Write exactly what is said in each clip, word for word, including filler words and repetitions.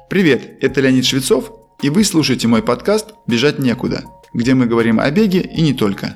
Привет, это Леонид Швецов, и вы слушаете мой подкаст «Бежать некуда», где мы говорим о беге и не только.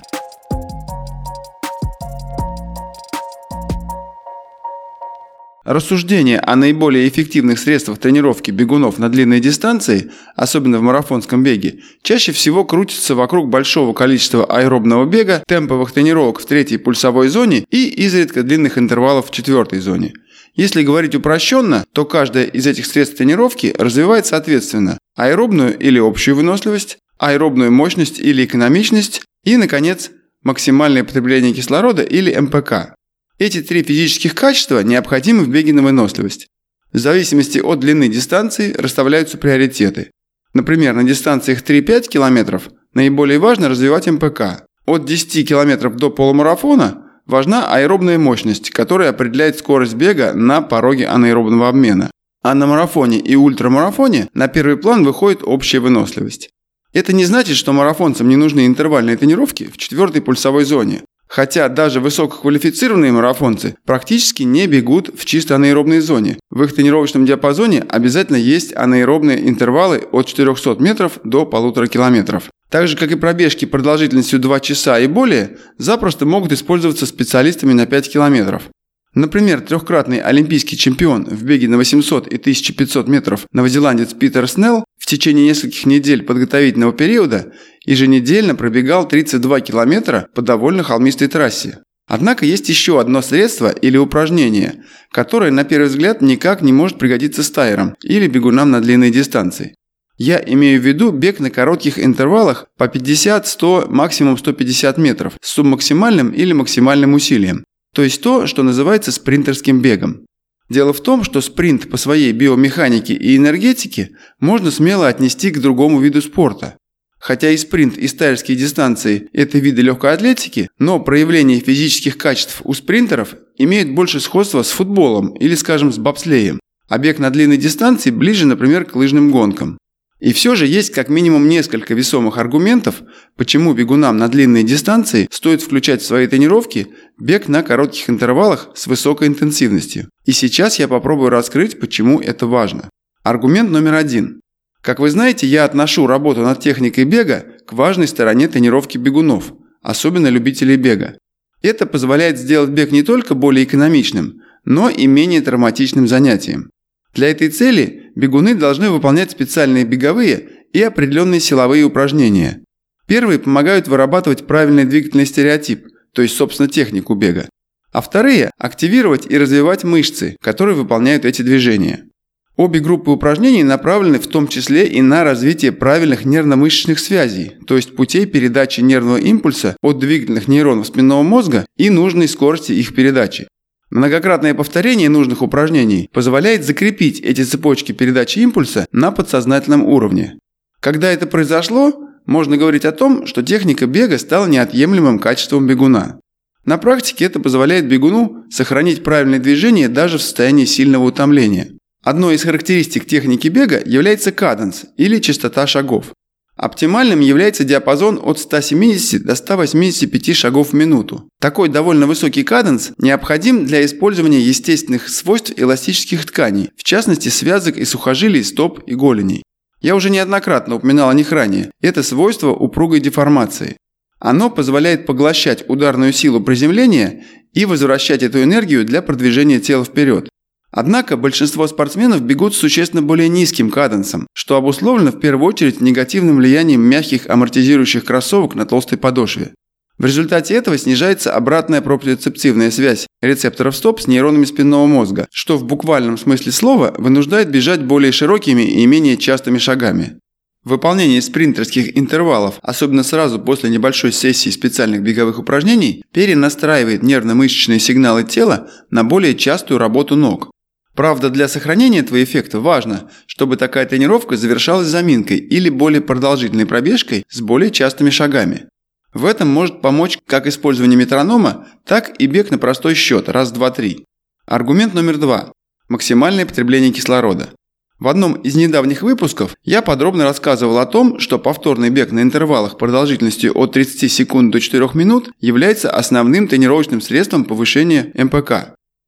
Рассуждения о наиболее эффективных средствах тренировки бегунов на длинные дистанции, особенно в марафонском беге, чаще всего крутятся вокруг большого количества аэробного бега, темповых тренировок в третьей пульсовой зоне и изредка длинных интервалов в четвертой зоне. Если говорить упрощенно, то каждое из этих средств тренировки развивает соответственно аэробную или общую выносливость, аэробную мощность или экономичность и, наконец, максимальное потребление кислорода или эм пэ ка. Эти три физических качества необходимы в беге на выносливость. В зависимости от длины дистанции расставляются приоритеты. Например, на дистанциях три-пять километров наиболее важно развивать эм пэ ка. От десяти километров до полумарафона важна аэробная мощность, которая определяет скорость бега на пороге анаэробного обмена. А на марафоне и ультрамарафоне на первый план выходит общая выносливость. Это не значит, что марафонцам не нужны интервальные тренировки в четвертой пульсовой зоне. Хотя даже высококвалифицированные марафонцы практически не бегут в чисто анаэробной зоне. В их тренировочном диапазоне обязательно есть анаэробные интервалы от четырехсот метров до полутора километров. Так же, как и пробежки продолжительностью два часа и более, запросто могут использоваться специалистами на пять километров. Например, трехкратный олимпийский чемпион в беге на восемьсот и тысяча пятьсот метров новозеландец Питер Снелл в течение нескольких недель подготовительного периода еженедельно пробегал тридцать два километра по довольно холмистой трассе. Однако есть еще одно средство или упражнение, которое на первый взгляд никак не может пригодиться стайерам или бегунам на длинные дистанции. Я имею в виду бег на коротких интервалах по пятьдесят, сто, максимум сто пятьдесят метров с субмаксимальным или максимальным усилием. То есть то, что называется спринтерским бегом. Дело в том, что спринт по своей биомеханике и энергетике можно смело отнести к другому виду спорта. Хотя и спринт, и стайерские дистанции – это виды легкой атлетики, но проявление физических качеств у спринтеров имеет больше сходства с футболом или, скажем, с бобслеем, а бег на длинной дистанции ближе, например, к лыжным гонкам. И все же есть как минимум несколько весомых аргументов, почему бегунам на длинные дистанции стоит включать в свои тренировки бег на коротких интервалах с высокой интенсивностью. И сейчас я попробую раскрыть, почему это важно. Аргумент номер один. Как вы знаете, я отношу работу над техникой бега к важной стороне тренировки бегунов, особенно любителей бега. Это позволяет сделать бег не только более экономичным, но и менее травматичным занятием. Для этой цели бегуны должны выполнять специальные беговые и определенные силовые упражнения. Первые помогают вырабатывать правильный двигательный стереотип, то есть, собственно, технику бега. А вторые – активировать и развивать мышцы, которые выполняют эти движения. Обе группы упражнений направлены в том числе и на развитие правильных нервно-мышечных связей, то есть путей передачи нервного импульса от двигательных нейронов спинного мозга и нужной скорости их передачи. Многократное повторение нужных упражнений позволяет закрепить эти цепочки передачи импульса на подсознательном уровне. Когда это произошло, можно говорить о том, что техника бега стала неотъемлемым качеством бегуна. На практике это позволяет бегуну сохранить правильное движение даже в состоянии сильного утомления. Одной из характеристик техники бега является каденс или частота шагов. Оптимальным является диапазон от ста семидесяти до ста восьмидесяти пяти шагов в минуту. Такой довольно высокий каденс необходим для использования естественных свойств эластических тканей, в частности связок и сухожилий стоп и голеней. Я уже неоднократно упоминал о них ранее. Это свойство упругой деформации. Оно позволяет поглощать ударную силу приземления и возвращать эту энергию для продвижения тела вперед. Однако большинство спортсменов бегут с существенно более низким каденсом, что обусловлено в первую очередь негативным влиянием мягких амортизирующих кроссовок на толстой подошве. В результате этого снижается обратная проприоцептивная связь рецепторов стоп с нейронами спинного мозга, что в буквальном смысле слова вынуждает бежать более широкими и менее частыми шагами. Выполнение спринтерских интервалов, особенно сразу после небольшой сессии специальных беговых упражнений, перенастраивает нервно-мышечные сигналы тела на более частую работу ног. Правда, для сохранения этого эффекта важно, чтобы такая тренировка завершалась заминкой или более продолжительной пробежкой с более частыми шагами. В этом может помочь как использование метронома, так и бег на простой счет раз, два, три. Аргумент номер два. Максимальное потребление кислорода. В одном из недавних выпусков я подробно рассказывал о том, что повторный бег на интервалах продолжительностью от тридцати секунд до четырёх минут является основным тренировочным средством повышения эм пэ ка.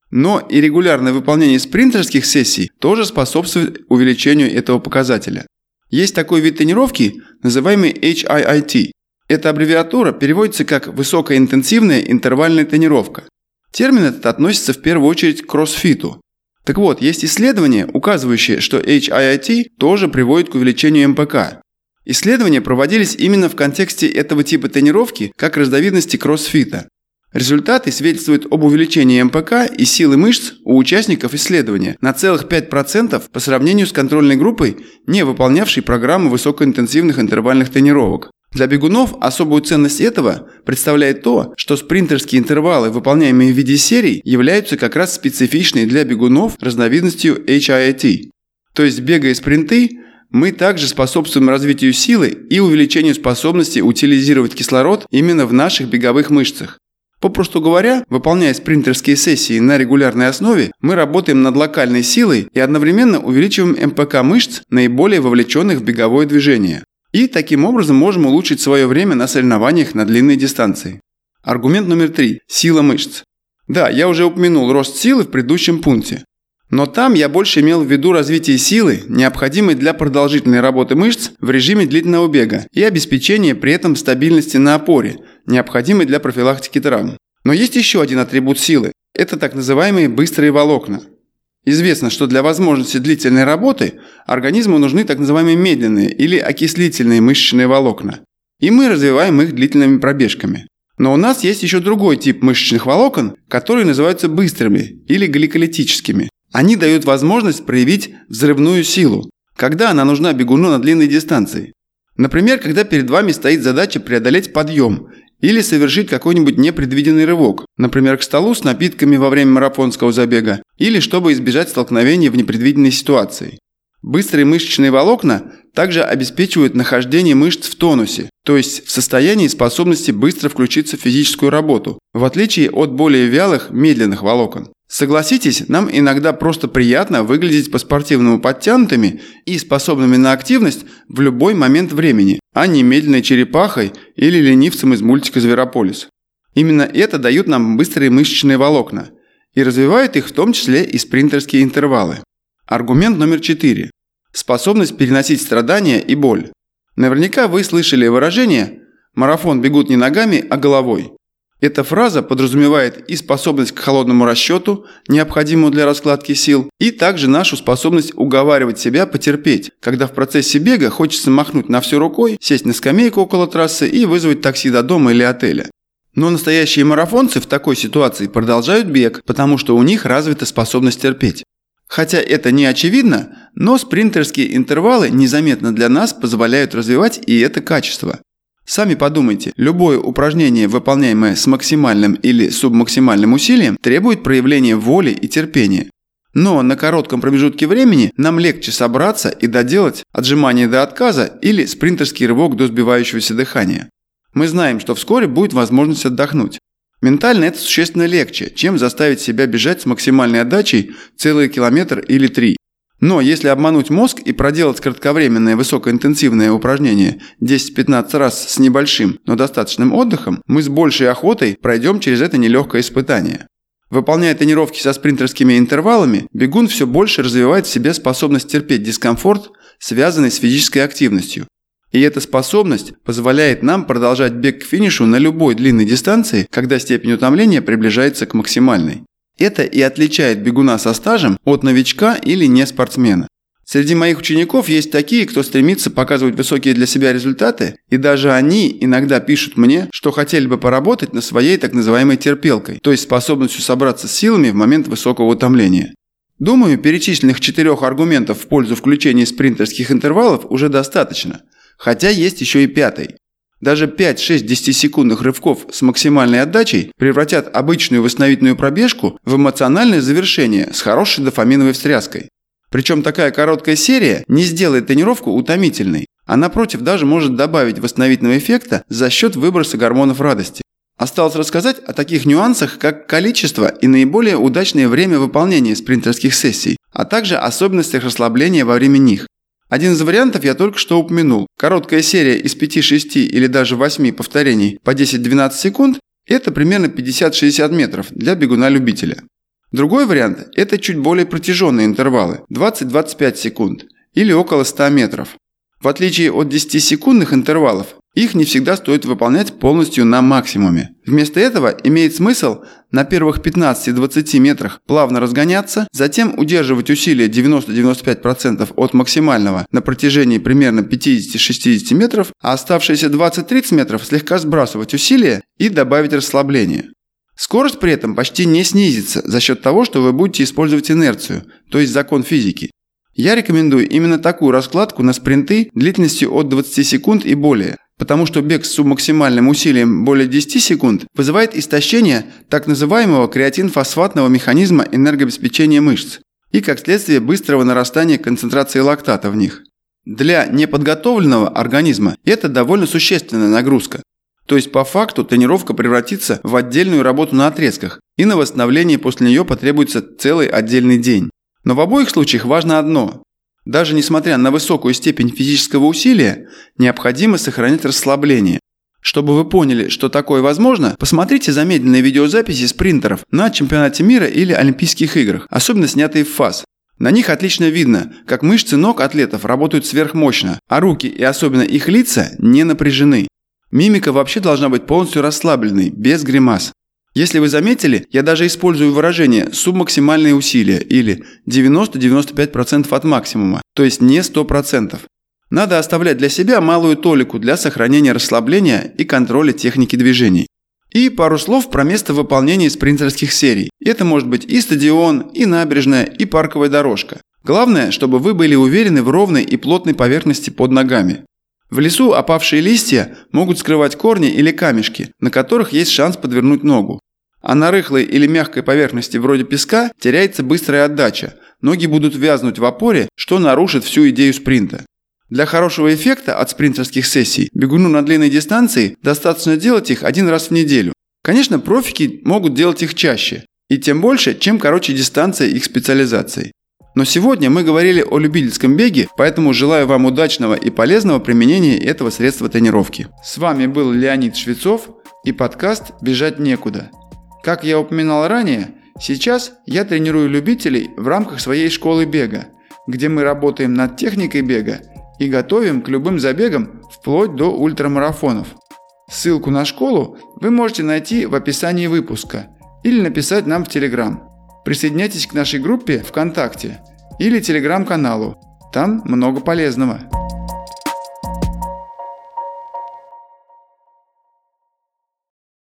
Но и регулярное выполнение спринтерских сессий тоже способствует увеличению этого показателя. Есть такой вид тренировки, называемый эйч ай ай ти. Эта аббревиатура переводится как «высокоинтенсивная интервальная тренировка». Термин этот относится в первую очередь к кроссфиту. Так вот, есть исследования, указывающие, что эйч ай ай ти тоже приводит к увеличению эм пэ ка. Исследования проводились именно в контексте этого типа тренировки как разновидности кроссфита. Результаты свидетельствуют об увеличении эм пэ ка и силы мышц у участников исследования на целых пять процентов по сравнению с контрольной группой, не выполнявшей программу высокоинтенсивных интервальных тренировок. Для бегунов особую ценность этого представляет то, что спринтерские интервалы, выполняемые в виде серий, являются как раз специфичной для бегунов разновидностью эйч ай ай ти. То есть, бегая спринты, мы также способствуем развитию силы и увеличению способности утилизировать кислород именно в наших беговых мышцах. Попросту говоря, выполняя спринтерские сессии на регулярной основе, мы работаем над локальной силой и одновременно увеличиваем эм пэ ка мышц, наиболее вовлеченных в беговое движение. И таким образом можем улучшить свое время на соревнованиях на длинной дистанции. Аргумент номер три. Сила мышц. Да, я уже упомянул рост силы в предыдущем пункте. Но там я больше имел в виду развитие силы, необходимой для продолжительной работы мышц в режиме длительного бега и обеспечение при этом стабильности на опоре, необходимой для профилактики травм. Но есть еще один атрибут силы. Это так называемые быстрые волокна. Известно, что для возможности длительной работы организму нужны так называемые медленные или окислительные мышечные волокна. И мы развиваем их длительными пробежками. Но у нас есть еще другой тип мышечных волокон, которые называются быстрыми или гликолитическими. Они дают возможность проявить взрывную силу, когда она нужна бегуну на длинной дистанции. Например, когда перед вами стоит задача преодолеть подъем или совершить какой-нибудь непредвиденный рывок, например, к столу с напитками во время марафонского забега, или чтобы избежать столкновения в непредвиденной ситуации. Быстрые мышечные волокна также обеспечивают нахождение мышц в тонусе, то есть в состоянии способности быстро включиться в физическую работу, в отличие от более вялых, медленных волокон. Согласитесь, нам иногда просто приятно выглядеть по-спортивному подтянутыми и способными на активность в любой момент времени, а не медленной черепахой или ленивцем из мультика «Зверополис». Именно это дают нам быстрые мышечные волокна и развивают их в том числе и спринтерские интервалы. Аргумент номер четыре. Способность переносить страдания и боль. Наверняка вы слышали выражение «марафон бегут не ногами, а головой». Эта фраза подразумевает и способность к холодному расчету, необходимую для раскладки сил, и также нашу способность уговаривать себя потерпеть, когда в процессе бега хочется махнуть на всю рукой, сесть на скамейку около трассы и вызвать такси до дома или отеля. Но настоящие марафонцы в такой ситуации продолжают бег, потому что у них развита способность терпеть. Хотя это не очевидно, но спринтерские интервалы незаметно для нас позволяют развивать и это качество. Сами подумайте, любое упражнение, выполняемое с максимальным или субмаксимальным усилием, требует проявления воли и терпения. Но на коротком промежутке времени нам легче собраться и доделать отжимание до отказа или спринтерский рывок до сбивающегося дыхания. Мы знаем, что вскоре будет возможность отдохнуть. Ментально это существенно легче, чем заставить себя бежать с максимальной отдачей целый километр или три. Но если обмануть мозг и проделать кратковременное высокоинтенсивное упражнение десять-пятнадцать раз с небольшим, но достаточным отдыхом, мы с большей охотой пройдем через это нелегкое испытание. Выполняя тренировки со спринтерскими интервалами, бегун все больше развивает в себе способность терпеть дискомфорт, связанный с физической активностью. И эта способность позволяет нам продолжать бег к финишу на любой длинной дистанции, когда степень утомления приближается к максимальной. Это и отличает бегуна со стажем от новичка или неспортсмена. Среди моих учеников есть такие, кто стремится показывать высокие для себя результаты, и даже они иногда пишут мне, что хотели бы поработать над своей так называемой терпелкой, то есть способностью собраться с силами в момент высокого утомления. Думаю, перечисленных четырех аргументов в пользу включения спринтерских интервалов уже достаточно, хотя есть еще и пятый. Даже пять-шесть десятисекундных рывков с максимальной отдачей превратят обычную восстановительную пробежку в эмоциональное завершение с хорошей дофаминовой встряской. Причем такая короткая серия не сделает тренировку утомительной, а напротив даже может добавить восстановительного эффекта за счет выброса гормонов радости. Осталось рассказать о таких нюансах, как количество и наиболее удачное время выполнения спринтерских сессий, а также особенностях расслабления во время них. Один из вариантов я только что упомянул. Короткая серия из пяти-шести или даже восьми повторений по десять-двенадцать секунд – это примерно пятьдесят-шестьдесят метров для бегуна-любителя. Другой вариант – это чуть более протяженные интервалы – двадцать-двадцать пять секунд или около ста метров. В отличие от десятисекундных интервалов, их не всегда стоит выполнять полностью на максимуме. Вместо этого имеет смысл на первых пятнадцати-двадцати метрах плавно разгоняться, затем удерживать усилие девяносто-девяносто пять процентов от максимального на протяжении примерно пятидесяти-шестидесяти метров, а оставшиеся двадцать-тридцать метров слегка сбрасывать усилие и добавить расслабление. Скорость при этом почти не снизится за счет того, что вы будете использовать инерцию, то есть закон физики. Я рекомендую именно такую раскладку на спринты длительностью от двадцати секунд и более, потому что бег с субмаксимальным усилием более десяти секунд вызывает истощение так называемого креатинфосфатного механизма энергообеспечения мышц и, как следствие, быстрого нарастания концентрации лактата в них. Для неподготовленного организма это довольно существенная нагрузка. То есть по факту тренировка превратится в отдельную работу на отрезках, и на восстановление после нее потребуется целый отдельный день. Но в обоих случаях важно одно. Даже несмотря на высокую степень физического усилия, необходимо сохранять расслабление. Чтобы вы поняли, что такое возможно, посмотрите замедленные видеозаписи спринтеров на чемпионате мира или Олимпийских играх, особенно снятые в ФАС. На них отлично видно, как мышцы ног атлетов работают сверхмощно, а руки и особенно их лица не напряжены. Мимика вообще должна быть полностью расслабленной, без гримас. Если вы заметили, я даже использую выражение «субмаксимальные усилия» или девяносто-девяносто пять процентов от максимума, то есть не сто процентов. Надо оставлять для себя малую толику для сохранения расслабления и контроля техники движений. И пару слов про место выполнения спринтерских серий. Это может быть и стадион, и набережная, и парковая дорожка. Главное, чтобы вы были уверены в ровной и плотной поверхности под ногами. В лесу опавшие листья могут скрывать корни или камешки, на которых есть шанс подвернуть ногу. А на рыхлой или мягкой поверхности вроде песка теряется быстрая отдача, ноги будут вязнуть в опоре, что нарушит всю идею спринта. Для хорошего эффекта от спринтерских сессий бегуну на длинной дистанции достаточно делать их один раз в неделю. Конечно, профики могут делать их чаще, и тем больше, чем короче дистанция их специализации. Но сегодня мы говорили о любительском беге, поэтому желаю вам удачного и полезного применения этого средства тренировки. С вами был Леонид Швецов и подкаст «Бежать некуда». Как я упоминал ранее, сейчас я тренирую любителей в рамках своей школы бега, где мы работаем над техникой бега и готовим к любым забегам вплоть до ультрамарафонов. Ссылку на школу вы можете найти в описании выпуска или написать нам в Telegram. Присоединяйтесь к нашей группе ВКонтакте или Телеграм-каналу. Там много полезного.